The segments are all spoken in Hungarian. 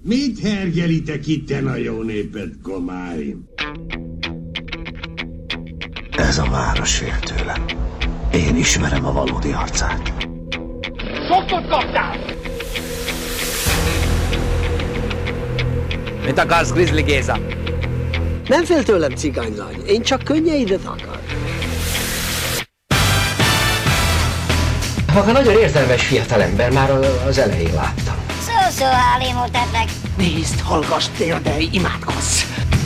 Mit hergelitek itten a jó népet, komáim? Ez a város fél tőlem. Én ismerem a valódi arcát. Sokot kaptál! Mit akarsz, Grizzly Géza? Nem fél tőlem, cigánylány. Én csak könnyeidet akar. Maga nagyon érzelmes fiatalember, már az elején láttam. Szó-szó, Hálimótetnek. Nézd, hallgass, térdelj, imádkozz!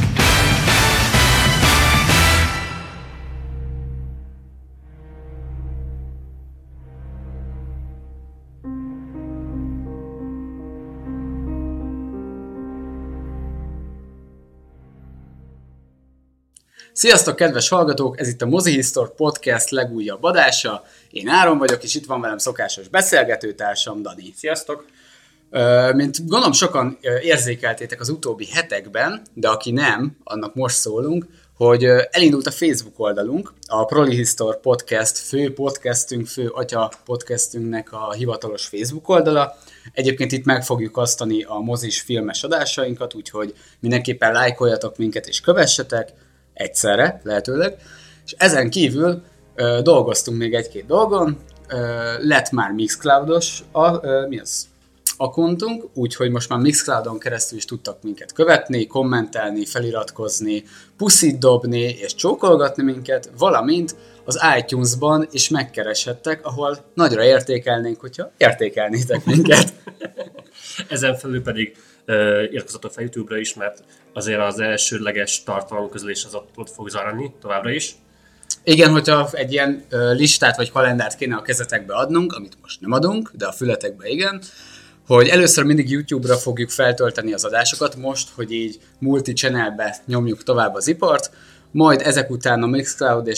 Sziasztok, kedves hallgatók! Ez itt a Mozi History Podcast legújabb adása. Én Áron vagyok, és itt van velem szokásos beszélgetőtársam, Dani. Sziasztok! Mint gondolom sokan érzékeltétek az utóbbi hetekben, de aki nem, annak most szólunk, hogy elindult a Facebook oldalunk, a Proli History Podcast fő podcastünk, fő atya podcastünknek a hivatalos Facebook oldala. Egyébként itt meg fogjuk osztani a mozis filmes adásainkat, úgyhogy mindenképpen lájkoljatok minket és kövessetek, egyszerre lehetőleg. És ezen kívül dolgoztunk még egy-két dolgon, lett már Mixcloudos akkontunk, úgyhogy most már Mixcloudon keresztül is tudtak minket követni, kommentelni, feliratkozni, puszit dobni és csókolgatni minket, valamint az iTunes-ban is megkereshettek, ahol nagyra értékelnénk, hogyha értékelnétek minket. Ezen felül pedig iratkozzatok fel YouTube-ra is, mert azért az elsődleges tartalomközlés az ott fog zajlani továbbra is. Igen, hogyha egy ilyen listát vagy kalendárt kéne a kezetekbe adnunk, amit most nem adunk, de a fületekbe igen, hogy először mindig YouTube-ra fogjuk feltölteni az adásokat, most, hogy így multi-channelbe nyomjuk tovább az ipart, majd ezek után a Mixcloud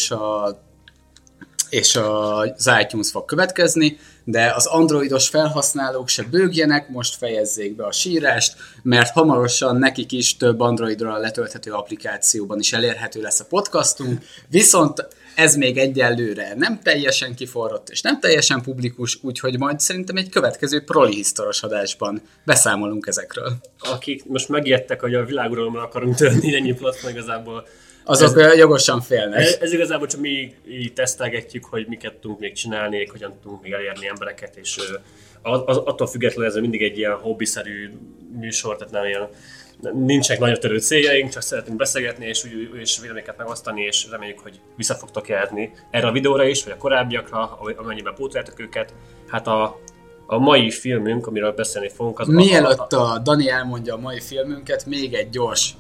és az iTunes fog következni, de az androidos felhasználók se bőgjenek, most fejezzék be a sírást, mert hamarosan nekik is több androidra letölthető applikációban is elérhető lesz a podcastunk, viszont ez még egyelőre nem teljesen kiforrott és nem teljesen publikus, úgyhogy majd szerintem egy következő Proli History-os adásban beszámolunk ezekről. Akik most megijedtek, hogy a világuralomra akarunk törni ennyi platform, igazából azok jogosan félnek. Ez igazából csak mi így tesztelgetjük, hogy miket tudunk még csinálni, hogyan tudunk még elérni embereket, és attól függetlenül ez mindig egy ilyen hobbiszerű műsor, tehát nem ilyen, nincsenek nagyra törő céljaink, csak szeretünk beszélgetni és véleményeket megosztani, és reméljük, hogy vissza fogtok járni erre a videóra is, vagy a korábbiakra, amennyiben pótoljátok őket. Hát a mai filmünk, amiről beszélni fogunk, az... Mielőtt a Dani elmondja a mai filmünket, még egy gyors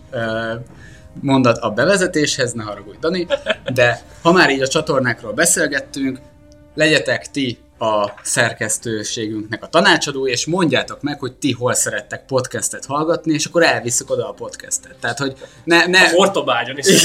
mondat a bevezetéshez, ne haragudj Dani, de ha már így a csatornákról beszélgettünk, legyetek ti a szerkesztőségünknek a tanácsadó, és mondjátok meg, hogy ti hol szerettek podcastet hallgatni, és akkor elviszük oda a podcastet. Tehát, hogy ne Ortobágyon is.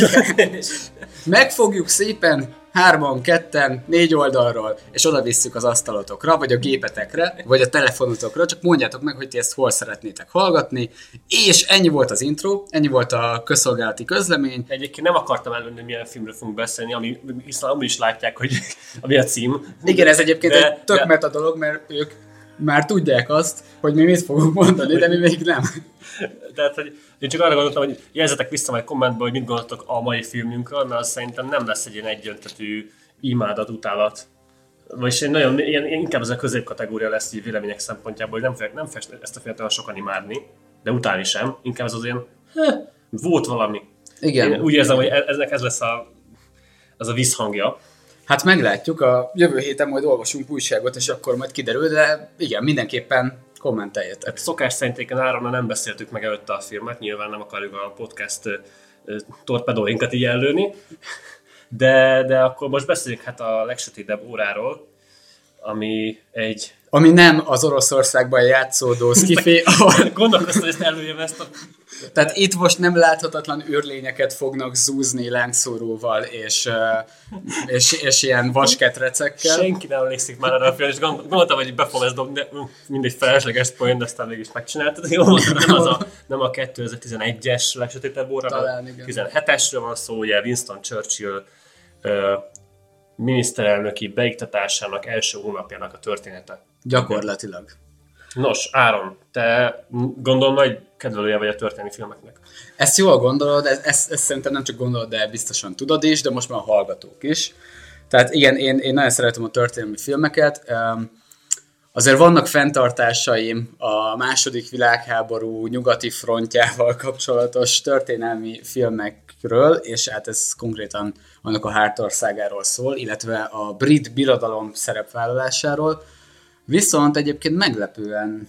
Megfogjuk szépen 3, 2, 4 oldalról, és oda visszük az asztalotokra, vagy a gépetekre, vagy a telefonotokra, csak mondjátok meg, hogy ti ezt hol szeretnétek hallgatni, és ennyi volt az intro, ennyi volt a közszolgálati közlemény. Egyébként nem akartam előni, hogy milyen filmről fogunk beszélni, hiszen amúgy is látják, hogy ami a cím. Igen, ez egyébként egy tök meta dolog, mert ők már tudják azt, hogy mi mit fogunk mondani, de mi még nem. Tehát, hogy én csak arra gondoltam, hogy jelezzetek vissza majd kommentbe, hogy mit gondoltok a mai filmünkről, mert az szerintem nem lesz egy ilyen egyöntetű imádat, utálat. Vagyis nagyon, inkább ez a középkategória lesz így vélemények szempontjából, hogy nem fog ezt a filmet olyan sokan imádni, de utálni sem. Inkább ez az ilyen, volt valami. Igen. Én úgy érzem, hogy ez lesz az a visszhangja. Hát meglátjuk, a jövő héten majd olvasunk újságot, és akkor majd kiderül, de igen, mindenképpen kommenteljetek. Szokás szerint Áronnal nem beszéltük meg előtte a filmet, nyilván nem akarjuk a podcast torpedóinkat így ellőni, de akkor most beszéljük hát a legsötétebb óráról, ami nem az Oroszországban játszódó szkifi, ahol... Gondolkoztam, hogy ezt előjem ezt a... Tehát itt most nem láthatatlan őrlényeket fognak zúzni lángszóróval és ilyen vasketrecekkel. Senki nem emlékszik már arra a filmre, és gondoltam, hogy be fogom ezt dobni, de mindegy felesleges point, de aztán mégis megcsináltad. Jó, nem a 2011-es legsötétebb óra, talán, a 17-esről van szó, ugye Winston Churchill miniszterelnöki beiktatásának első hónapjának a története. Gyakorlatilag. Nos, Áron, te gondolom nagy kedvelője vagy a történelmi filmeknek. Ezt jól gondolod, ezt szerintem nem csak gondolod, de biztosan tudod is, de most már a hallgatók is. Tehát igen, én nagyon szeretem a történelmi filmeket. Azért vannak fenntartásaim a második világháború nyugati frontjával kapcsolatos történelmi filmekről, és hát ez konkrétan annak a hátországáról szól, illetve a brit birodalom szerepvállalásáról. Viszont egyébként meglepően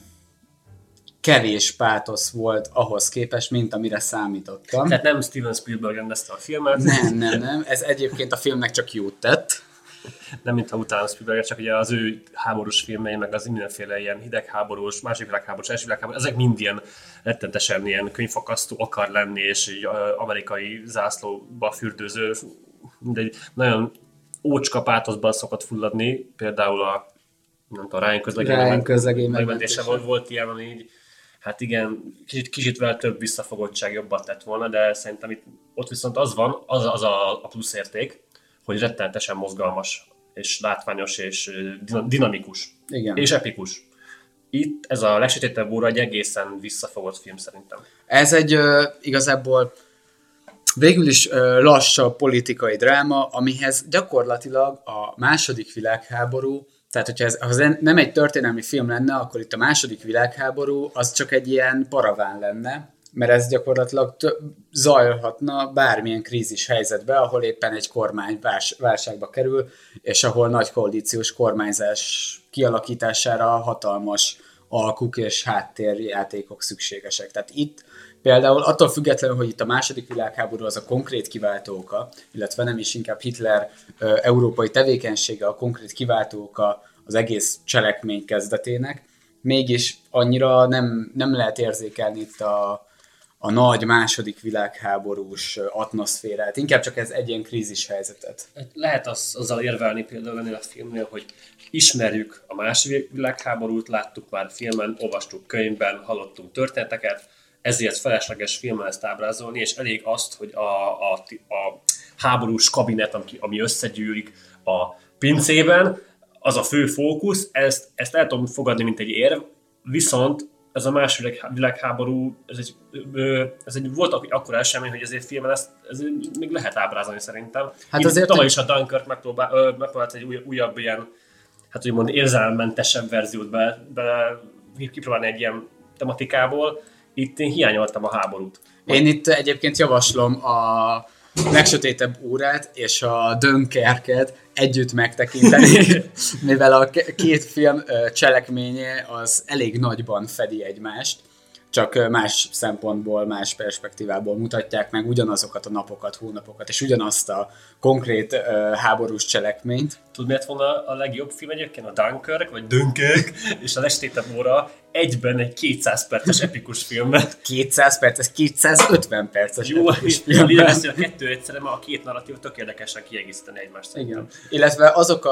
kevés pátosz volt ahhoz képest, mint amire számítottam. Tehát nem Steven Spielberg rendezte a filmet. Nem. Ez egyébként a filmnek csak jót tett. Nem mintha utána Spielberg, csak ugye az ő háborús filmei, meg az mindenféle ilyen hidegháborús, második világháborús, első világháborús, ezek mind ilyen rettentesen ilyen könyvfakasztó akar lenni, és így amerikai zászlóba fürdőző, mindegy, nagyon ócska pátoszban szokott fulladni, például a Ryan közlegény megmentése volt ilyen, ami így, hát igen, kicsit vele több visszafogottság jobbat tett volna, de szerintem ott viszont az van, az a plusz érték, hogy rettenetesen mozgalmas, és látványos, és dinamikus, igen. És epikus. Itt ez a Legsötétebb óra egy egészen visszafogott film szerintem. Ez egy igazából végül is lassabb politikai dráma, amihez gyakorlatilag a második világháború, tehát hogyha ez nem egy történelmi film lenne, akkor itt a második világháború az csak egy ilyen paraván lenne, mert ez gyakorlatilag zajlhatna bármilyen krízis helyzetbe, ahol éppen egy kormány válságba kerül, és ahol nagy koalíciós kormányzás kialakítására hatalmas alkuk és háttérjátékok szükségesek. Tehát itt például attól függetlenül, hogy itt a második világháború az a konkrét kiváltó oka, illetve nem is inkább Hitler európai tevékenysége a konkrét kiváltó oka az egész cselekmény kezdetének, mégis annyira nem lehet érzékelni itt a nagy második világháborús atmoszférát, inkább csak ez egy ilyen krízis helyzetet. Lehet azzal érvelni például ennél a filmnél, hogy ismerjük a második világháborút, láttuk már filmen, olvastuk könyvben, hallottunk történeteket, ezért felesleges filmen ezt ábrázolni, és elég azt, hogy a háborús kabinet, ami összegyűlik a pincében, az a fő fókusz, ezt el tudom fogadni, mint egy érv, viszont ez a második világháború, ez egy volt akkora esemény, hogy ezért filmen ezt még lehet ábrázolni szerintem. Hát azért tavaly is a Dunkirk megpróbált egy újabb ilyen, hát úgymond érzelmmentesebb verziót kipróbálni egy ilyen tematikából. Itt én hiányoltam a háborút. Én itt egyébként javaslom a Legsötétebb órát és a Dunkerket együtt megtekinteni, mivel a két film cselekménye az elég nagyban fedi egymást, csak más szempontból, más perspektívából mutatják meg ugyanazokat a napokat, hónapokat, és ugyanazt a konkrét háborús cselekményt. Tudod, miért volna a legjobb film egyébként? A Dunkirk, és a Legsötétebb óra egyben egy 200 perces epikus filmben. 200 perces, 250 perces jó, epikus filmben. Jó, a kettő egyszerre, mert a két narratív tökéletesen kiegészíteni egymást. Igen. Illetve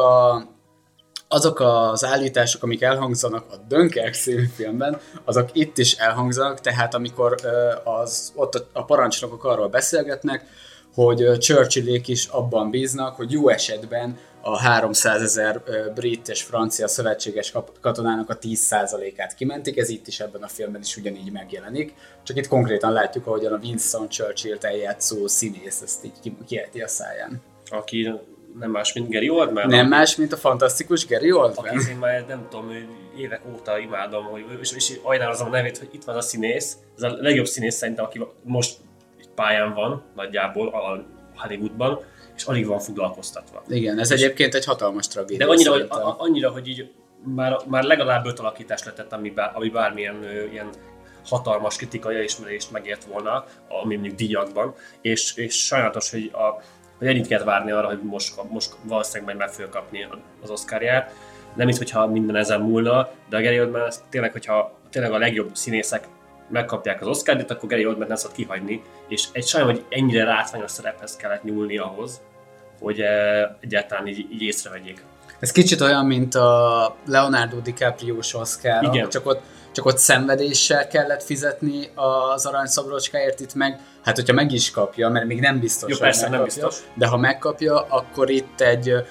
azok az állítások, amik elhangzanak a Dunkirk című filmben, azok itt is elhangzanak, tehát amikor ott a parancsnokok arról beszélgetnek, hogy Churchillék is abban bíznak, hogy jó esetben a 300 000 brit és francia szövetséges katonának a 10%-át kimentik, ez itt is ebben a filmben is ugyanígy megjelenik, csak itt konkrétan látjuk, ahogyan a Winston Churchill-t eljátszó színész ezt így kiejti a száján. Aki nem más, mint Gary Oldman. Nem más, mint a fantasztikus Gary Oldman. Aki én már nem tudom, évek óta imádom, és ajánlom a nevét, hogy itt van a színész, ez a legjobb színész szerintem, aki most pályán van, nagyjából a Hollywoodban, és alig van foglalkoztatva. Igen, ez egyébként egy hatalmas tragédia. De annyira, hogy így már legalább 5 alakítást letett, ami bármilyen ilyen hatalmas kritikai elismerést megért volna, ami mondjuk díjakban, és sajnálatos, hogy ennyit kell várni arra, hogy most valószínűleg majd meg fogja kapni az Oscarját. Nem így, hogyha minden ezen múlna, de a Gary Oldman tényleg, hogyha tényleg a legjobb színészek megkapják az Oscar-díjat, akkor Gary Oldman nem szabad kihagyni, és sajnálom, hogy ennyire látványos szerephez kellett nyúlni ahhoz, hogy egyáltalán így észrevegyék. Ez kicsit olyan, mint a Leonardo DiCaprio-s Oscar, csak ott szenvedéssel kellett fizetni az aranyszabracskáért, itt meg, hát hogyha meg is kapja, mert még nem biztos, jó, hogy persze, megkapja, nem biztos. De ha megkapja, akkor itt egy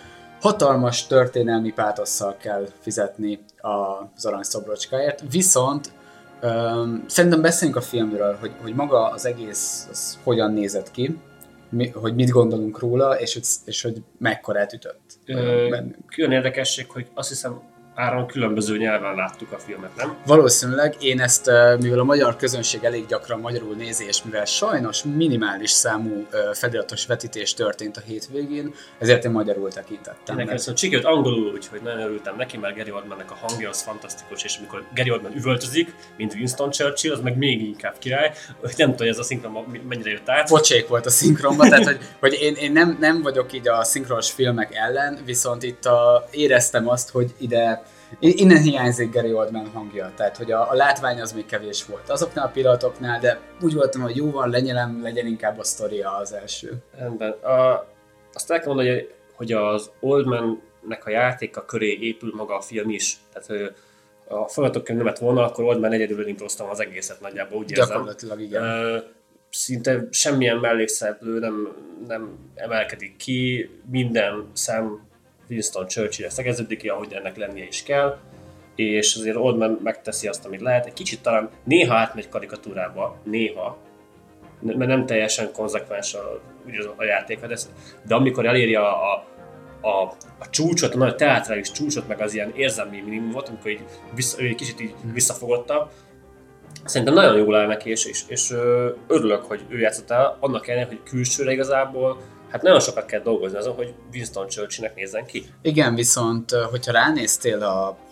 hatalmas történelmi pátosszal kell fizetni az aranyszobrocskáért, viszont szerintem beszéljünk a filmről, hogy maga az egész az hogyan nézett ki, hogy mit gondolunk róla, és hogy mekkorát ütött. Külön érdekesség, hogy azt hiszem Áron különböző nyelven láttuk a filmet, nem? Valószínűleg én ezt, mivel a magyar közönség elég gyakran magyarul nézi, és mivel sajnos minimális számú feliratos vetítés történt a hétvégén, ezért én magyarul tekintettem. Nekem viszont sikerült angolul, úgyhogy nagyon örültem neki, mert Gary Oldmannek a hangja az fantasztikus, és amikor Gary Oldman üvöltözik, mint Winston Churchill, az meg még inkább király, hogy nem tudom, hogy ez a szinkron mennyire jött át. Pocsék volt a szinkronban, tehát hogy én nem vagyok így a szinkronos filmek ellen, viszont itt éreztem azt, hogy innen hiányzik Gary Oldman hangja, tehát hogy a látvány az még kevés volt azoknál a pillanatoknál, de úgy voltam, hogy jó van, lenyelem, legyen inkább a sztoria az első. Rendben. Azt el kell mondani, hogy az Oldmannek a játéka köré épül maga a film is. Tehát a forgatókönyv nem lett volna, akkor Oldman egyedül improztam az egészet nagyjából, úgy érzem. Gyakorlatilag igen. Szinte semmilyen mellékszereplő nem emelkedik ki, minden szám Winston Churchill-re szegeződik ki, ahogy ennek lennie is kell, és azért Oldman megteszi azt, amit lehet. Egy kicsit talán néha átmegy karikatúrába, néha, mert nem teljesen konzekvens a játéka, de amikor eléri a csúcsot, a nagy teátrális csúcsot, meg az ilyen érzelmi minimumot, amikor ő egy kicsit így visszafogotta, szerintem nagyon jól áll neki, és örülök, hogy ő játszott el, annak ellenére, hogy külsőre igazából hát nagyon sokat kell dolgozni azon, hogy Winston Churchillnek nézzen ki. Igen, viszont hogyha ránéztél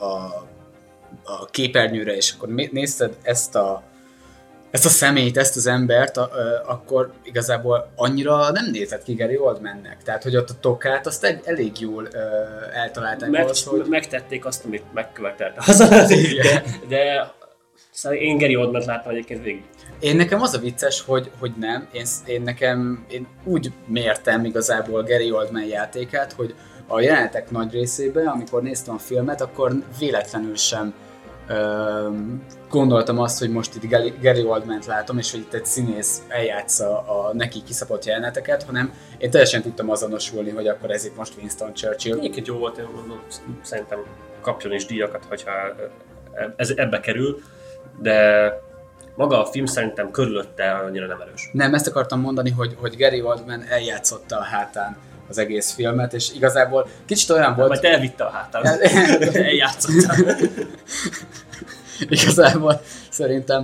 a képernyőre, és akkor nézted ezt a személyt, ezt az embert, akkor igazából annyira nem nézett ki Gary Oldmannek. Tehát, hogy ott a tokát azt elég jól eltalálták. Megtették azt, amit megkövetelt. De szóval én Gary Oldmant láttam egyébként végig. Nekem az a vicces, hogy nem. Én úgy mértem igazából Gary Oldman játékát, hogy a jelenetek nagy részében, amikor néztem a filmet, akkor véletlenül sem gondoltam azt, hogy most itt Gary Oldmant látom, és hogy itt egy színész eljátsza a neki kiszabott jeleneteket, hanem én teljesen tudtam azonosulni, hogy akkor ez itt most Winston Churchill. Egyébként jó volt, én mondom, szerintem kapjon is díjakat, hogyha ez ebbe kerül, de maga a film szerintem körülötte annyira nem erős. Nem, ezt akartam mondani, hogy Gary Oldman eljátszotta a hátán az egész filmet, és igazából kicsit olyan volt... Majd elvitte a hátán, eljátszotta. Igazából szerintem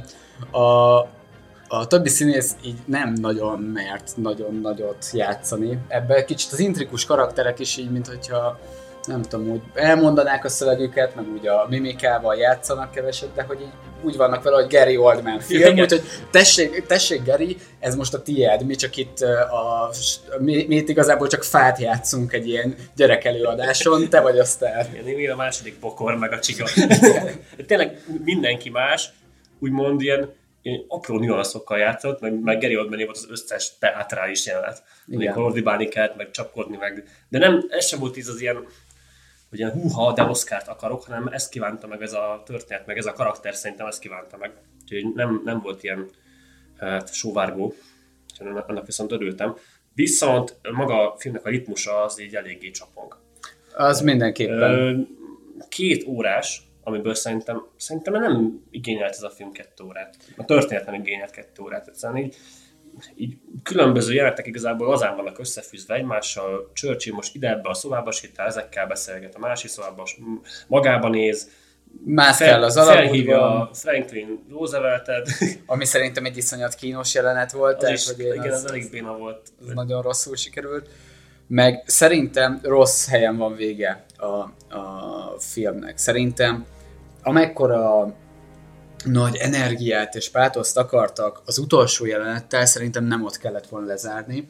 a többi színész így nem nagyon mert nagyon nagyot játszani. Ebben kicsit az intrikus karakterek is így, mint hogyha nem tudom, úgy elmondanák a szövegüket, meg úgy a mimikával játszanak keveset, de hogy így úgy vannak vele, hogy Gary Oldman film, úgyhogy tessék Gary, ez most a tiéd, mi csak itt mi itt igazából csak fát játszunk egy ilyen gyerekelőadáson, te vagy a sztár. Én a második pokor, meg a csiga. Tényleg mindenki más, úgymond ilyen apró nüanszokkal játszott, meg Gary Oldman volt az összes teátrális jelenet. Amikor ordibálni kellett, meg csapkodni, de nem, ez sem volt az ilyen, hogy ilyen húha, de Oscart akarok, hanem ezt kívánta meg ez a történet, meg ez a karakter szerintem ezt kívánta meg. Úgyhogy nem volt ilyen sóvárgó, annak viszont örültem. Viszont maga a filmnek a ritmusa az így eléggé csapong. Az mindenképpen. 2 órás, amiből szerintem nem igényelt ez a film 2 órát. A történet nem igényelt 2 órát. Egyszerűen így különböző jelenetek igazából azán vannak összefűzve egymással. Churchill most ide ebbe a szobába sétál, ezekkel beszélget, a másik szobába magába néz, mászkál az alagútban. Felhívja Franklin Rooseveltet. Ami szerintem egy iszonyat kínos jelenet volt. Az elég béna volt. Az nagyon rosszul sikerült. Meg szerintem rossz helyen van vége a filmnek. Szerintem amekkora nagy energiát és pátoszt akartak az utolsó jelenettel, szerintem nem ott kellett volna lezárni.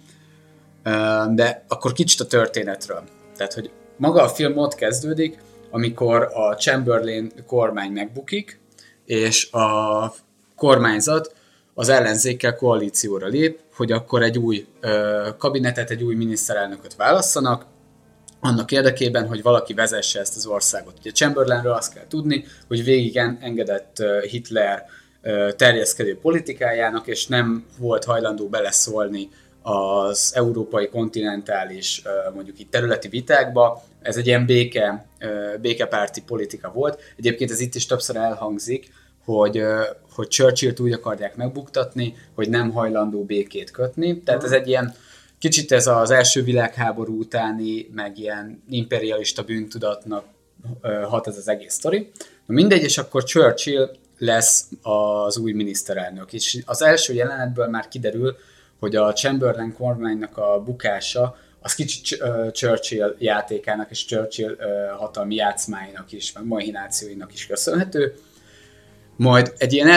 De akkor kicsit a történetről. Tehát, hogy maga a film ott kezdődik, amikor a Chamberlain kormány megbukik, és a kormányzat az ellenzékkel koalícióra lép, hogy akkor egy új kabinetet, egy új miniszterelnököt válasszanak, annak érdekében, hogy valaki vezesse ezt az országot. Ugye Chamberlainről azt kell tudni, hogy végig engedett Hitler terjeszkedő politikájának, és nem volt hajlandó beleszólni az európai kontinentális mondjuk itt területi vitákba. Ez egy ilyen békepárti politika volt. Egyébként ez itt is többször elhangzik, hogy Churchillt úgy akarják megbuktatni, hogy nem hajlandó békét kötni. Tehát ez egy ilyen kicsit ez az első világháború utáni, meg ilyen imperialista bűntudatnak hat ez az egész sztori. Na mindegy, és akkor Churchill lesz az új miniszterelnök. És az első jelenetből már kiderül, hogy a Chamberlain kormánynak a bukása az kicsit Churchill játékának és Churchill hatalmi játszmáinak is, meg mahinációinak is köszönhető. Majd egy ilyen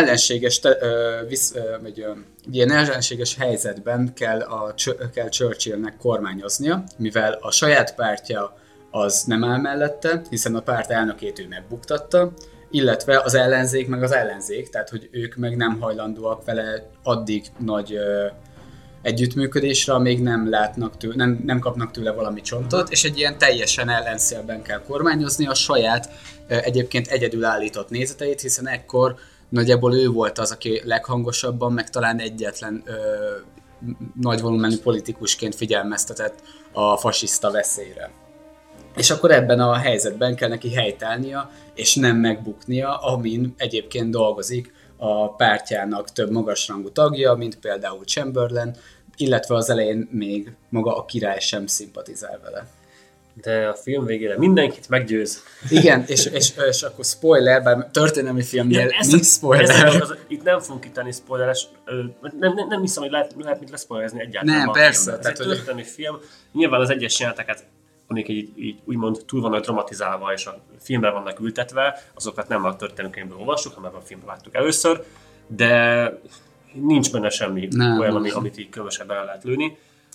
ellenséges helyzetben kell Churchillnek kormányoznia, mivel a saját pártja az nem áll mellette, hiszen a párt elnökét ő megbuktatta, illetve az ellenzék meg az ellenzék, tehát hogy ők meg nem hajlandóak vele addig nagy együttműködésre, amíg nem látnak nem kapnak tőle valami csontot, és egy ilyen teljesen ellenszélben kell kormányozni a saját egyébként egyedül állított nézeteit, hiszen ekkor nagyjából ő volt az, aki leghangosabban, meg talán egyetlen nagy volumenű politikusként figyelmeztetett a fasiszta veszélyre. És akkor ebben a helyzetben kell neki helytállnia, és nem megbuknia, amin egyébként dolgozik a pártjának több magasrangú tagja, mint például Chamberlain, illetve az elején még maga a király sem szimpatizál vele. De a film végére mindenkit meggyőz. Igen, és akkor spoiler, bár történelmi filmnél nincs spoiler. Itt nem fogunk kitenni spoileres, nem hiszem, hogy lehet mit leszpoilerezni egyáltalán. Nem, persze. Ez egy történelmi film. Nyilván az egyes jeleneteket, amik így úgymond túl vannak dramatizálva, és a filmben vannak ültetve, azokat nem a történelmi könyvből olvassuk, hanem a filmben láttuk először, de nincs benne semmi olyan, amit így különösebben el lehet lőni.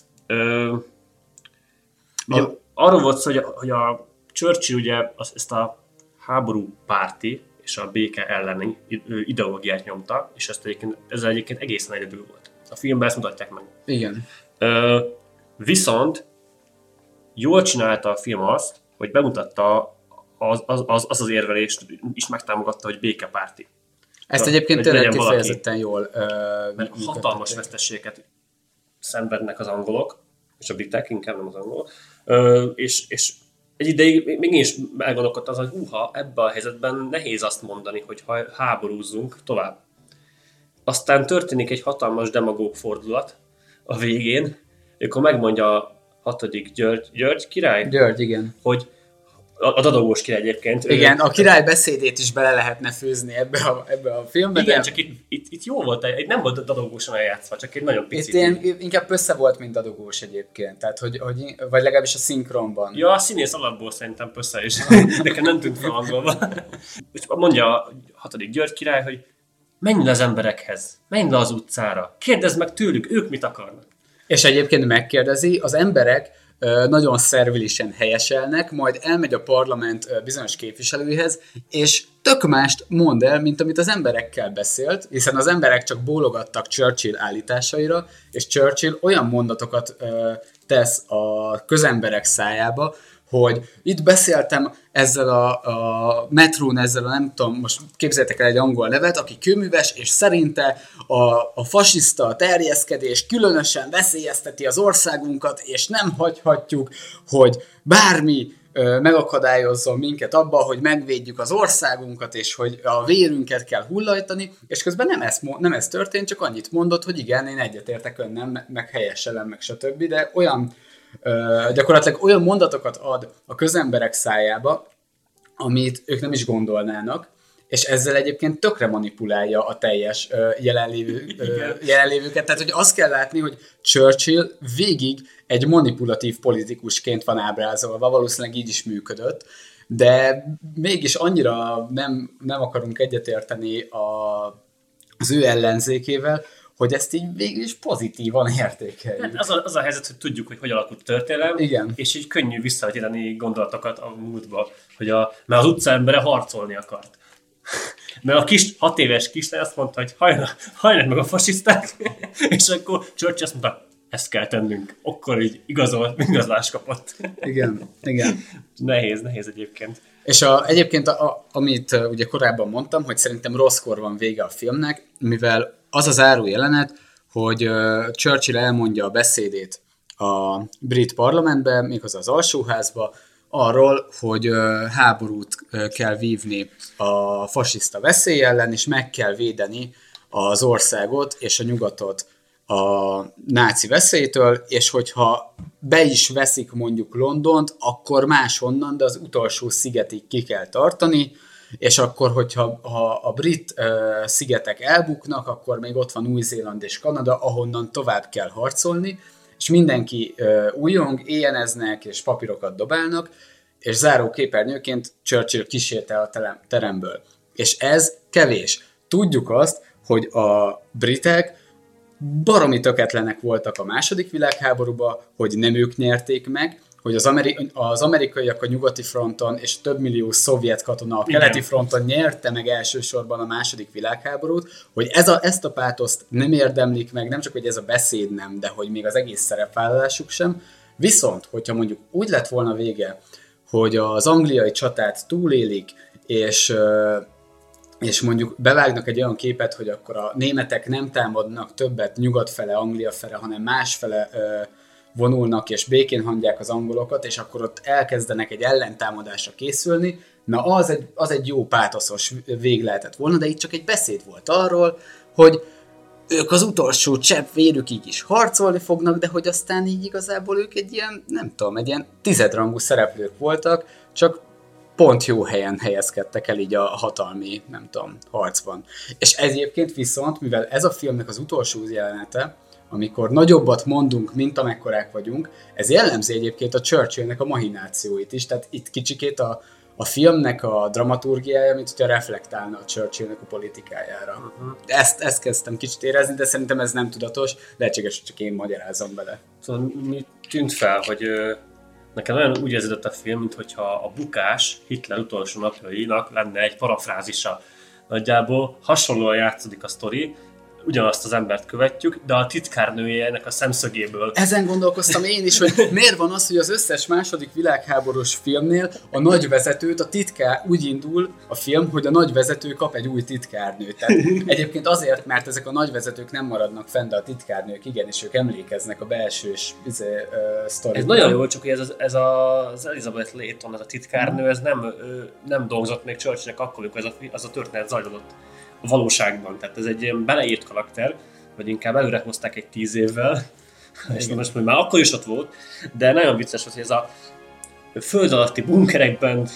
Arról volt szó, hogy a Churchill ugye ezt a háború párti és a béke elleni ideológiát nyomta, és ez egyébként egészen egyedül volt. A filmben ezt mutatják meg. Igen. Viszont jól csinálta a film azt, hogy bemutatta az érvelést, is megtámogatta, hogy békepárti. Ezt egyébként tényleg kifejezetten jól mert hatalmas veszteségeket szenvednek az angolok, és a britek, inkább nem az angolok, és egy ideig még én is elgondolkodtam azon, hogy ebben a helyzetben nehéz azt mondani, hogy háborúzzunk tovább. Aztán történik egy hatalmas demagóg fordulat a végén, akkor megmondja a 6. György király? György, igen. Hogy a dadogós király egyébként. Igen, a király beszédét is bele lehetne főzni ebbe a filmbe. Igen, csak itt jó volt, nem volt dadogósan eljátszva, csak egy nagyon picit. Itt inkább össze volt, mint dadogós egyébként, tehát hogy vagy legalábbis a szinkronban. Ja, a színész alapból szerintem össze is. Nekem nem tűnt fel angolba. És mondja a 6. György király, hogy menj le az emberekhez, menj le az utcára, kérdezd meg tőlük, ők mit akarnak. És egyébként megkérdezi, az emberek nagyon szervilisen helyeselnek, majd elmegy a parlament bizonyos képviselőihez, és tök mást mond el, mint amit az emberekkel beszélt, hiszen az emberek csak bólogattak Churchill állításaira, és Churchill olyan mondatokat tesz a közemberek szájába, hogy itt beszéltem ezzel a metrón, ezzel a nem tudom, most képzeljétek el egy angol nevet, aki kőműves, és szerinte a fasiszta terjeszkedés különösen veszélyezteti az országunkat, és nem hagyhatjuk, hogy bármi megakadályozzon minket abba, hogy megvédjük az országunkat, és hogy a vérünket kell hullajtani, és közben nem ez történt, csak annyit mondott, hogy igen, én egyetértek önnel, meg helyeselem, meg stb., de gyakorlatilag olyan mondatokat ad a közemberek szájába, amit ők nem is gondolnának, és ezzel egyébként tökre manipulálja a teljes jelenlévőket. Tehát, hogy azt kell látni, hogy Churchill végig egy manipulatív politikusként van ábrázolva, valószínűleg így is működött, de mégis annyira nem akarunk egyetérteni az ő ellenzékével, hogy ezt így végül is pozitívan értékeljük. Hát az a helyzet, hogy tudjuk, hogy alakult a történelem, igen. És így könnyű visszavetíteni gondolatokat a múltba, hogy mert az utca embere harcolni akart. Mert a 6 éves kislány azt mondta, hogy hajnak meg a fasiszták, és akkor Churchill azt mondta, ezt kell tennünk. Akkor így igazolást kapott. Igen. Nehéz egyébként. És egyébként, amit ugye korábban mondtam, hogy szerintem rosszkor van vége a filmnek, mivel az az záró jelenet, hogy Churchill elmondja a beszédét a brit parlamentben, méghozzá az alsóházba, arról, hogy háborút kell vívni a fasiszta veszély ellen, és meg kell védeni az országot és a nyugatot a náci veszélytől, és hogyha be is veszik mondjuk Londont, akkor máshonnan, de az utolsó szigetig ki kell tartani, és akkor, hogyha a brit szigetek elbuknak, akkor még ott van Új-Zéland és Kanada, ahonnan tovább kell harcolni, és mindenki újjong, éjjeneznek és papírokat dobálnak, és záró képernyőként Churchill kísérte a teremből. És ez kevés. Tudjuk azt, hogy a britek baromi töketlenek voltak a második világháborúban, hogy nem ők nyerték meg, hogy az amerikaiak a nyugati fronton és több millió szovjet katona a keleti fronton nyerte meg elsősorban a második világháborút, hogy ezt a pátoszt nem érdemlik meg, nem csak, hogy ez a beszéd nem, de hogy még az egész szerepvállalásuk sem. Viszont, hogyha mondjuk úgy lett volna vége, hogy az angliai csatát túlélik, és mondjuk bevágnak egy olyan képet, hogy akkor a németek nem támadnak többet nyugat fele, Anglia fele, hanem másfele vonulnak és békén hagyják az angolokat, és akkor ott elkezdenek egy ellentámadásra készülni, na az egy jó pátoszos vég lehetett volna, de itt csak egy beszéd volt arról, hogy ők az utolsó csepp vérükig is harcolni fognak, de hogy aztán így igazából ők egy ilyen, nem tudom, egy ilyen tizedrangú szereplők voltak, csak pont jó helyen helyezkedtek el így a hatalmi, nem tudom, harcban. És egyébként viszont, mivel ez a filmnek az utolsó jelenete, amikor nagyobbat mondunk, mint amekkorák vagyunk, ez jellemzi egyébként a Churchillnek a mahinációit is, tehát itt kicsikét a filmnek a dramaturgiája, mint hogyha reflektálna a Churchillnek a politikájára. Ezt kezdtem kicsit érezni, de szerintem ez nem tudatos, lehetséges, hogy csak én magyarázom bele. Szóval mi tűnt fel, hogy nekem olyan úgy érződött a film, mintha a bukás Hitler utolsó napjainak lenne egy parafrázisa. Nagyjából hasonlóan játszódik a sztori, ugyanazt az embert követjük, de a titkárnőjének a szemszögéből. Ezen gondolkoztam én is, hogy miért van az, hogy az összes második világháborús filmnél a nagyvezetőt, a titkár úgy indul a film, hogy a nagyvezető kap egy új titkárnőt. Tehát egyébként azért, mert ezek a nagyvezetők nem maradnak fenn, de a titkárnők igen, és ők emlékeznek a belsős sztorikban. Ez nagyon jó, csak hogy ez az Elizabeth Layton, ez a titkárnő, ez nem dolgozott még Churchillnek akkor, amikor ez a történet zajlódott a valóságban. Tehát ez egy ilyen beleírt karakter, vagy inkább előre hozták egy 10 évvel, és most már akkor is ott volt, de nagyon vicces, hogy ez a föld alatti bunkerekben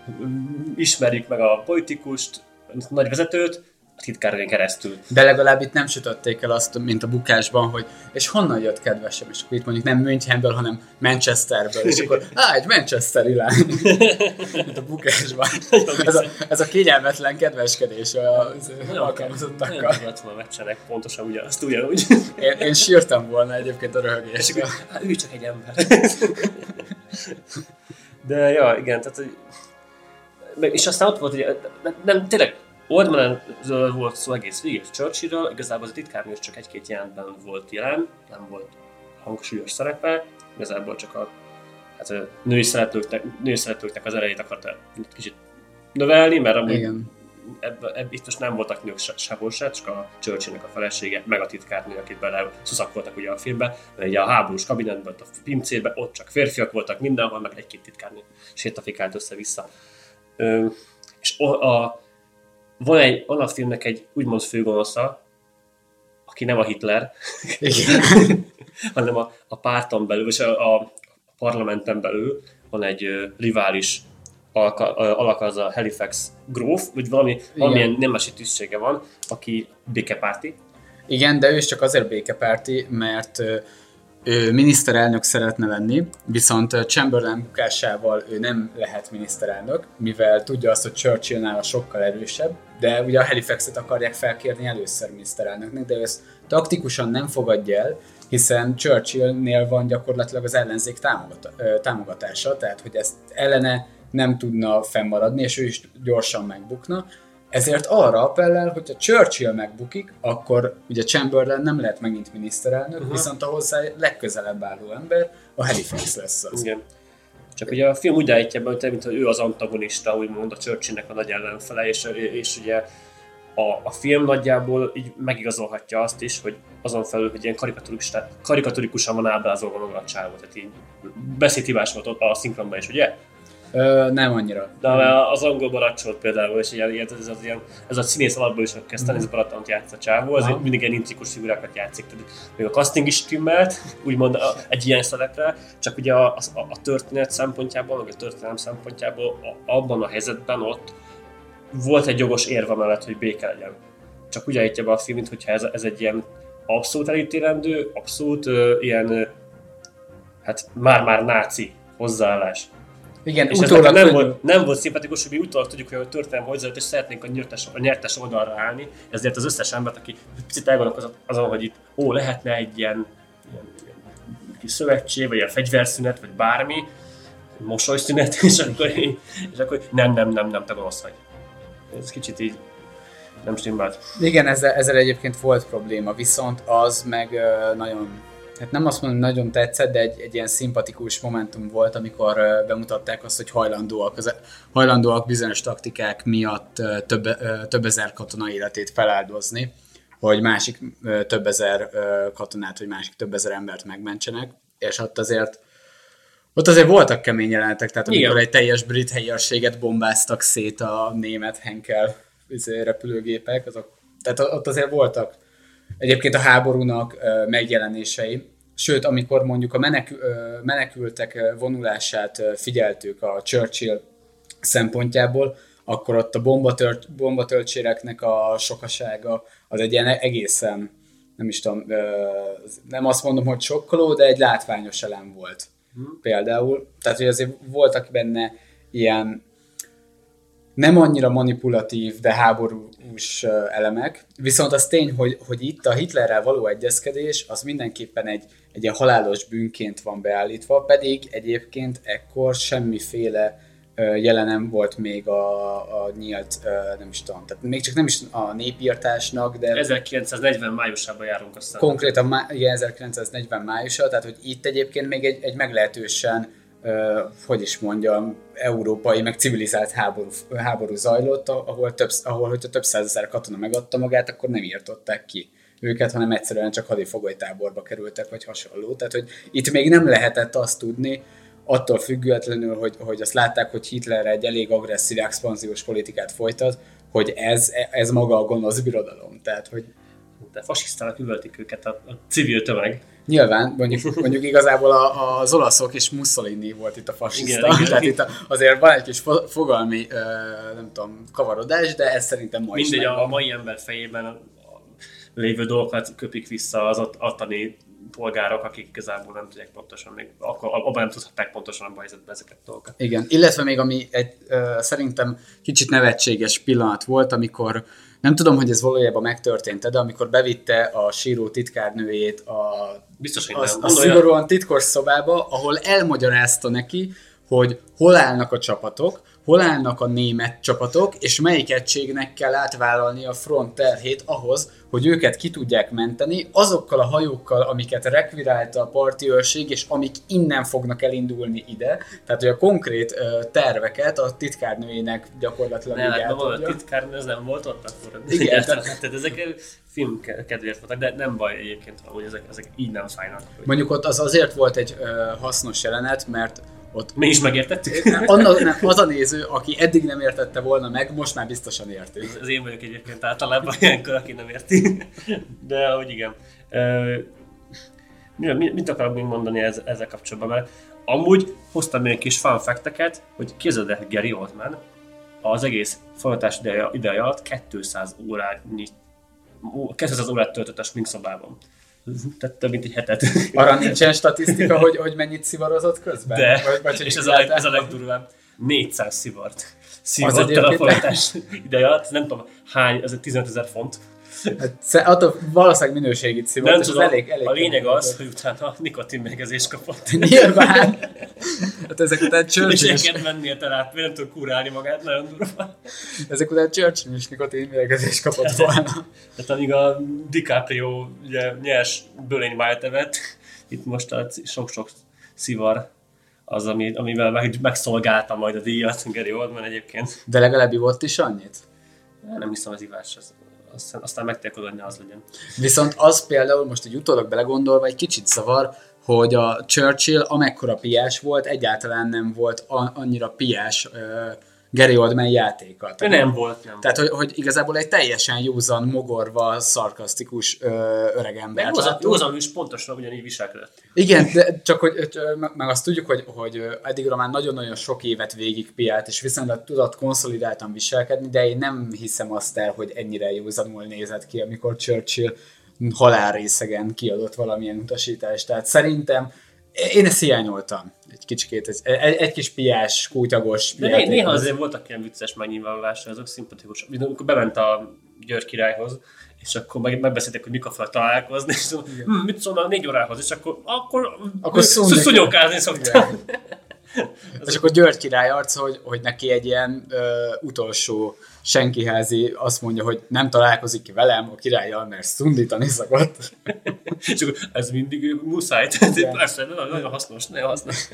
ismerjük meg a politikust, a nagyvezetőt, a titkárnőn keresztül. De legalább itt nem sütötték el azt, mint a bukásban, hogy és honnan jött kedvesem, és akkor itt mondjuk nem Münchenből, hanem Manchesterből, és akkor egy manchesteri lány, mint a bukásban. Ez a kényelmetlen kedveskedés az alkalmazottakkal. Nem tudott volna meccsenek pontosan ugyanúgy. Én sírtam volna egyébként a röhögésre. Ő csak egy ember. De ja, igen, tehát és aztán ott volt, hogy nem tényleg Oldmanről volt szó egész végig, Churchillről, igazából az a titkárnő csak egy-két jelentben volt jelen, nem volt hangsúlyos szerepe, igazából csak a női szereplőknek az erejét akarta kicsit növelni, mert amúgy itt most nem voltak nők sehol se, csak a Churchillnek a felesége, meg a titkárnő, akik bele szuszakoltak ugye a filmbe, mert ugye a háborús kabinetben, a pincében, ott csak férfiak voltak, mindenhol, meg egy-két titkárnő sétafikált össze-vissza. És van a filmnek egy úgymond főgonosza, aki nem a Hitler, hanem a párton belül, és a parlamenten belül van egy rivális alak, az a Halifax gróf, vagy valamilyen nemesi tisztsége van, aki békepárti. Igen, de ő is csak azért békepárti, mert ő miniszterelnök szeretne lenni, viszont Chamberlain bukásával ő nem lehet miniszterelnök, mivel tudja azt, hogy Churchill nála sokkal erősebb, de ugye a Halifaxet akarják felkérni először miniszterelnöknek, de ő ezt taktikusan nem fogadja el, hiszen Churchillnél van gyakorlatilag az ellenzék támogatása, tehát hogy ezt ellene nem tudna fennmaradni, és ő is gyorsan megbukna. Ezért arra appellel, hogyha Churchill megbukik, akkor ugye Chamberlain nem lehet megint miniszterelnök, viszont a hozzá legközelebb álló ember a Halifax lesz az. Igen. Csak ugye a film úgy állítja be, mint hogy ő az antagonista, úgymond a Churchillnek a nagy ellenfele, és ugye a film nagyjából így megigazolhatja azt is, hogy azon felül, hogy ilyen karikaturikusan van ábrázolva maga a csávó, tehát így beszédhibás volt a szinkronban is, ugye? Nem annyira. De az angol barátcsot például, és ez a színész alapból is, aki Stanis Baratheont játszik a csávó, az mindig ilyen intrikus figurákat játszik. Tehát még a casting is stimmelt, úgymond egy ilyen szerepre, csak ugye a történet szempontjából, meg a történelem szempontjából abban a helyzetben ott volt egy jogos érve mellett, hogy béke legyen. Csak úgy állítja be a film, mintha ez egy ilyen abszolút elítélendő, abszolút ilyen, hát már náci hozzáállás. Igen, és nem volt szimpatikus, hogy mi utólag tudjuk, hogy a történelem hogy zajlott, és szeretnénk a nyertes oldalra állni, ezért az összes embert, aki picit elgondolkozott azon, hogy itt lehetne egy ilyen kis szövetség, vagy ilyen fegyverszünet, vagy bármi, mosolyszünet, és akkor nem, te gonosz vagy. Ez kicsit így nem stimmelt. Igen, ezzel egyébként volt probléma, viszont az meg nagyon, hát nem azt mondom, nagyon tetszett, de egy ilyen szimpatikus momentum volt, amikor bemutatták azt, hogy hajlandóak bizonyos taktikák miatt több ezer katona életét feláldozni, hogy másik több ezer katonát, hogy másik több ezer embert megmentsenek, és ott azért voltak kemény jelenetek, tehát amikor egy teljes brit helyőrséget bombáztak szét a német Henkel repülőgépek, tehát ott azért voltak egyébként a háborúnak megjelenései. Sőt, amikor mondjuk a menekültek vonulását figyeltük a Churchill szempontjából, akkor ott a bombatölcséreknek a sokasága az egy ilyen egészen, nem is tudom, nem azt mondom, hogy sokkoló, de egy látványos elem volt. Például. Tehát, hogy azért voltak benne ilyen nem annyira manipulatív, de háborús elemek. Viszont az tény, hogy itt a Hitlerrel való egyezkedés az mindenképpen egy ilyen halálos bűnként van beállítva, pedig egyébként ekkor semmiféle jele nem volt még a nyílt, nem is tudom, tehát még csak nem is a népírtásnak, de... 1940 májusában járunk aztán. Konkrétan 1940 májusa, tehát hogy itt egyébként még egy meglehetősen, hogy is mondjam, európai, meg civilizált háború zajlott, ahol hogyha több százezer katona megadta magát, akkor nem írtották ki őket, hanem egyszerűen csak hadifogolytáborba kerültek, vagy hasonló. Tehát, hogy itt még nem lehetett azt tudni, attól függetlenül, hogy azt látták, hogy Hitler egy elég agresszív, expanziós politikát folytat, hogy ez maga a gonosz birodalom. Tehát, hogy... De fasisztának üvöltik őket a civil tömeg. Nyilván, mondjuk igazából az olaszok és Mussolini volt itt a fasiszta. Igen, tehát itt azért van egy kis fogalmi, nem tudom, kavarodás, de ez szerintem ma is mindegy, megvan. A mai ember fejében lévő dolgokat köpik vissza az ottani polgárok, akik igazából nem tudják pontosan, még akkor abban nem tudhatták pontosan a helyzetben ezeket a dolgokat. Igen, illetve még ami egy szerintem kicsit nevetséges pillanat volt, amikor nem tudom, hogy ez valójában megtörtént, de amikor bevitte a síró titkárnőjét a szigorúan titkos szobába, ahol elmagyarázta neki, hogy hol állnak a csapatok, hol állnak a német csapatok, és melyik egységnek kell átvállalni a front terhét ahhoz, hogy őket ki tudják menteni, azokkal a hajókkal, amiket rekvirálta a parti őrség, és amik innen fognak elindulni ide. Tehát, hogy a konkrét terveket a titkárnőjének gyakorlatilag így átadja. A titkárnő ez nem volt ott akkor? Igen. Tehát ezek film kedvéért voltak, de nem baj egyébként, hogy ezek így nem fájnak. Mondjuk ott azért volt egy hasznos jelenet, mert ott mi is megértettük? Az a néző, aki eddig nem értette volna meg, most már biztosan érti. Ez én vagyok egyébként általában ilyenkor, aki nem érti. De hogy igen. Mit akarok még mondani ezzel kapcsolatban? Mert amúgy hoztam még kis fun fact-eket, hogy képzeld el, Gary Oldman az egész forgatás ideje alatt 200 órát töltött a sminkszobában. Tehát több mint egy hetet. Arra nincsen statisztika, hogy mennyit szivarozott közben? De, és ez a legdurvább. 400 szivart el a forgatás ideje alatt. Nem tudom hány, ez 15 000 font. Hát, attól valószínűleg minőségit szivart, és tudom, az elég a lényeg az, hogy utána nikotinmérgezést kapott. Nyilván! Hát ezek után Churchill és elkezd menni a terápia, nem tud kurálni magát, nagyon durva. Ezek után Churchill is nikotinmérgezést kapott volna. Tehát amíg a DiCaprio ugye, nyers bölényvájt evett, itt most a sok-sok szivar az, amivel megszolgálta majd a díjat Gary Oldman egyébként. De legalább ivott is annyit? Nem hiszem az ivás, aztán megtérkod, hogy ne az legyen. Viszont az például most egy utólag belegondolva egy kicsit zavar, hogy a Churchill amekkora piás volt, egyáltalán nem volt annyira piás Gary Oldman játéka. Nem volt. Tehát, hogy igazából egy teljesen józan, mogorva, szarkasztikus öregember. Józan is pontosan ugyanígy viselkedett. Igen, de csak hogy meg azt tudjuk, hogy eddigre már nagyon-nagyon sok évet végig piált, és viszonylag tudott konszolidáltan viselkedni, de én nem hiszem azt el, hogy ennyire józanul nézett ki, amikor Churchill halálrészegen kiadott valamilyen utasítást. Tehát szerintem én ezt hiányoltam egy kicsikét, egy kis piás, kútyagos. De néha azért voltak ilyen vicces megnyilvánulása, azok szimpatikus. Amikor bement a György királyhoz, és akkor megbeszélték, hogy mikor fel találkozni, és mit szólnak 4 órához, és akkor szunyokázni szoktam. És akkor György király arca, hogy neki egy ilyen utolsó senkiházi azt mondja, hogy nem találkozik ki velem a királlyal, mert szundítani szokott. És akkor ez mindig muszáj, tehát persze, nagyon hasznos, nagyon hasznos.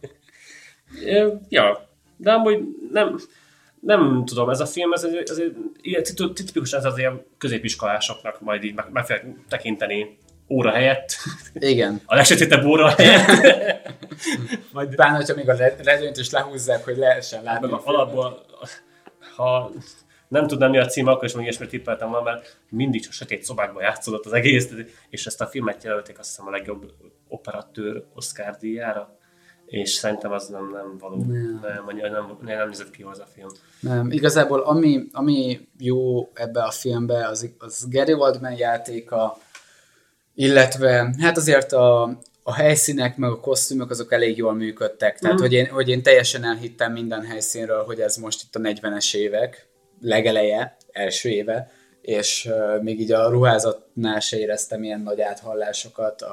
Ja, de amúgy nem tudom, ez a film, ez tipikusan ez az ilyen középiskolásoknak majd így meg fogják tekinteni óra helyett. Igen. A legsötétebb óra helyett. Majd bár, hogyha még a redőnyt is lehúzzák, hogy lehessen látni. Meg alapból, ha nem tudnám, mi a cím, akkor is még ilyesmit tippeltem volna, mert mindig csak sötét szobákban játszódott az egész, és ezt a filmet jelölték azt hiszem a legjobb operatőr Oscar díjára, és szerintem az nem való. Nem nézett ki hozzá a film. Nem, igazából ami jó ebbe a filmbe, az Gary Oldman játéka, illetve hát azért a helyszínek meg a kosztümök azok elég jól működtek. Tehát, hogy én teljesen elhittem minden helyszínről, hogy ez most itt a 40-es évek legeleje, első éve, és még így a ruházatnál se éreztem ilyen nagy áthallásokat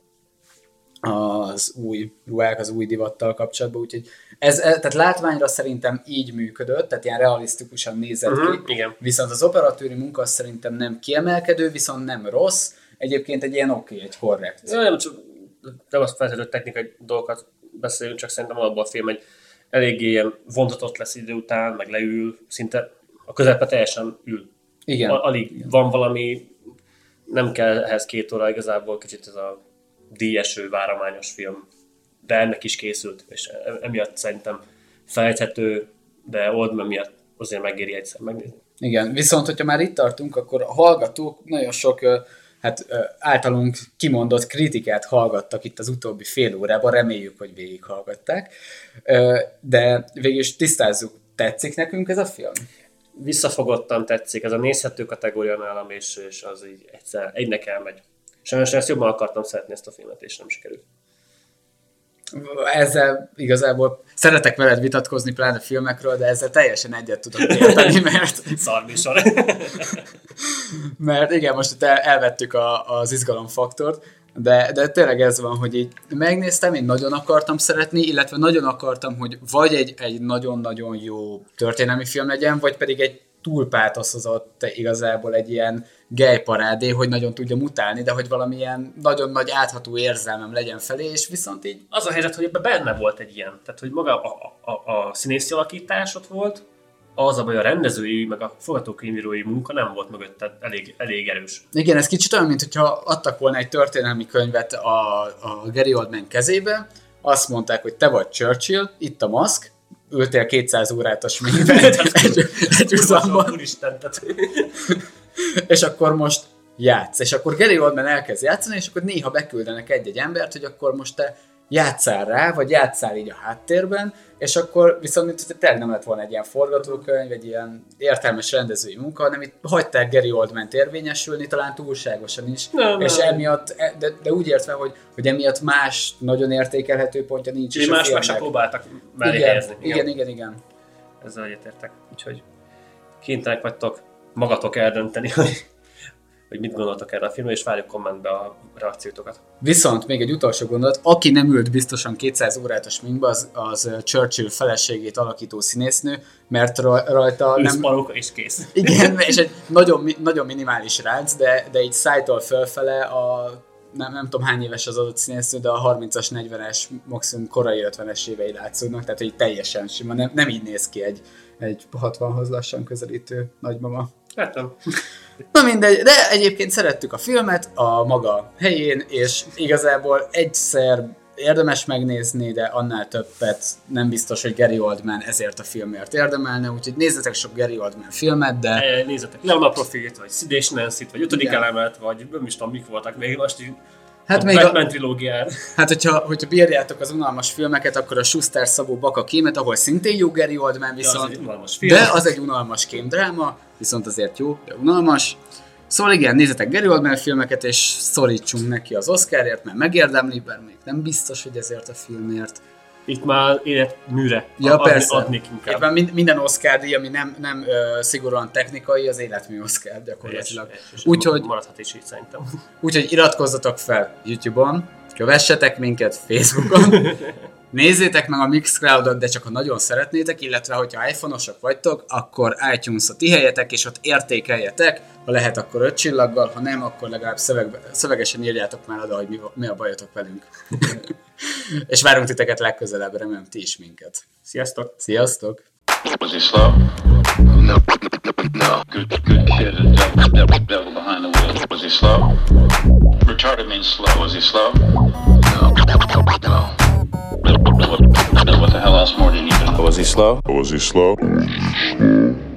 az új ruhák, az új divattal kapcsolatban, úgyhogy tehát látványra szerintem így működött, tehát ilyen realisztikusan nézett ki. Igen. Viszont az operatőri munka szerintem nem kiemelkedő, viszont nem rossz, egyébként egy ilyen egy korrekt. Nem csak azt feltétlenül technikai dolgokat beszélünk, csak szerintem alapban a film egy eléggé ilyen vontatott lesz idő után, meg leül, szinte a közepén teljesen ül. Igen. Alig van valami, nem kell ehhez 2 óra igazából, kicsit ez a díjeső, várományos film, de ennek is készült, és emiatt szerintem felejthető, de Oldman miatt azért megéri egyszer megnézni. Igen, viszont hogyha már itt tartunk, akkor a hallgatók nagyon sok általunk kimondott kritikát hallgattak itt az utóbbi fél órában, reméljük, hogy végighallgatták, de végül is tisztázzuk, tetszik nekünk ez a film? Visszafogottan tetszik, ez a nézhető kategória nálam, és az így egynek elmegy. Sajnos ezt jobban akartam szeretni ezt a filmet, és nem sikerült. Ezzel igazából szeretek veled vitatkozni pláne filmekről, de ezzel teljesen egyet tudok érteni, mert... Szarműsor. Mert igen, most itt elvettük az izgalomfaktort, de tényleg ez van, hogy így megnéztem, én nagyon akartam szeretni, illetve nagyon akartam, hogy vagy egy nagyon-nagyon jó történelmi film legyen, vagy pedig egy túlpátoszozott igazából egy ilyen gejparádé, hogy nagyon tudja mutálni, de hogy valamilyen nagyon nagy átható érzelmem legyen felé, és viszont így... Az a helyzet, hogy ebben benne volt egy ilyen, tehát hogy maga a színészi alakítás ott volt, az a baj, a rendezői, meg a forgatókönyvírói munka nem volt mögötte elég erős. Igen, ez kicsit olyan, mintha adtak volna egy történelmi könyvet a Gary Oldman kezébe, azt mondták, hogy te vagy Churchill, itt a maszk, ültél 200 órát a sminkben egy uzamban. És akkor most játsz. És akkor Gary Oldman elkezd játszani, és akkor néha beküldenek egy-egy embert, hogy akkor most te játsszál rá, vagy játsszál így a háttérben, és akkor viszont tényleg nem lett volna egy ilyen forgatókönyv, egy ilyen értelmes rendezői munka, hanem itt hagyták Gary Oldman-t érvényesülni, talán túlságosan is, és emiatt, de úgy értve, hogy emiatt más nagyon értékelhető pontja nincs is a filmnek. Más próbáltak mellé helyezni. Igen. Ezzel egyetértek. Úgyhogy kénytelenek vagytok magatok eldönteni, hogy mit gondoltok erre a filmre, és várjuk kommentbe a reakciótokat. Viszont még egy utolsó gondolat, aki nem ült biztosan 200 órát a sminkbe, az Churchill feleségét alakító színésznő, mert rajta nem... Őszparóka és kész. Igen, és egy nagyon, nagyon minimális rác, de így szájtól fölfele nem tudom hány éves az adott színésző, de a 30-as, 40-es, maximum korai 50-es évei látszódnak, tehát hogy teljesen sima, nem így néz ki egy 60-hoz lassan közelítő nagymama. Látom. Na mindegy, de egyébként szerettük a filmet a maga helyén, és igazából egyszer érdemes megnézni, de annál többet nem biztos, hogy Gary Oldman ezért a filmért érdemelne, úgyhogy nézzetek sok Gary Oldman filmet, de... Nézzetek Leona Profilt, vagy Sid és Nancy-t, vagy 5. elemet, vagy nem is tudom, mik voltak még most így hát a Batman trilógiára. Hát, hogyha bírjátok az unalmas filmeket, akkor a Schuster Szabó Baka kémet, ahol szintén jó Gary Oldman, viszont... De az egy unalmas kémdráma, viszont azért jó, de unalmas. Szóval igen, nézzetek Gary Oldman filmeket, és szorítsunk neki az Oscarért, mert megérdemli, bár még nem biztos, hogy ezért a filmért. Itt már életműre adnék inkább. Éppen minden Oscar-díj, ami nem szigorúan technikai, az életmű Oscar gyakorlatilag. Úgyhogy maradhat is így szerintem. Úgyhogy iratkozzatok fel YouTube-on, kövessetek minket Facebookon, nézzétek meg a Mixcloudot, de csak ha nagyon szeretnétek, illetve hogyha iPhone-osok vagytok, akkor iTunes a ti helyetek, és ott értékeljetek, ha lehet, akkor 5 csillaggal, ha nem, akkor legalább szövegesen írjátok már oda, hogy mi a bajotok velünk. És várunk titeket legközelebb, remélem ti is minket. Sziasztok! Sziasztok! Was he slow? No. Good kid, devil behind the wheel. Was he slow? Retarded means slow. Was he slow? No. What the hell else more do you need to know? Was he slow?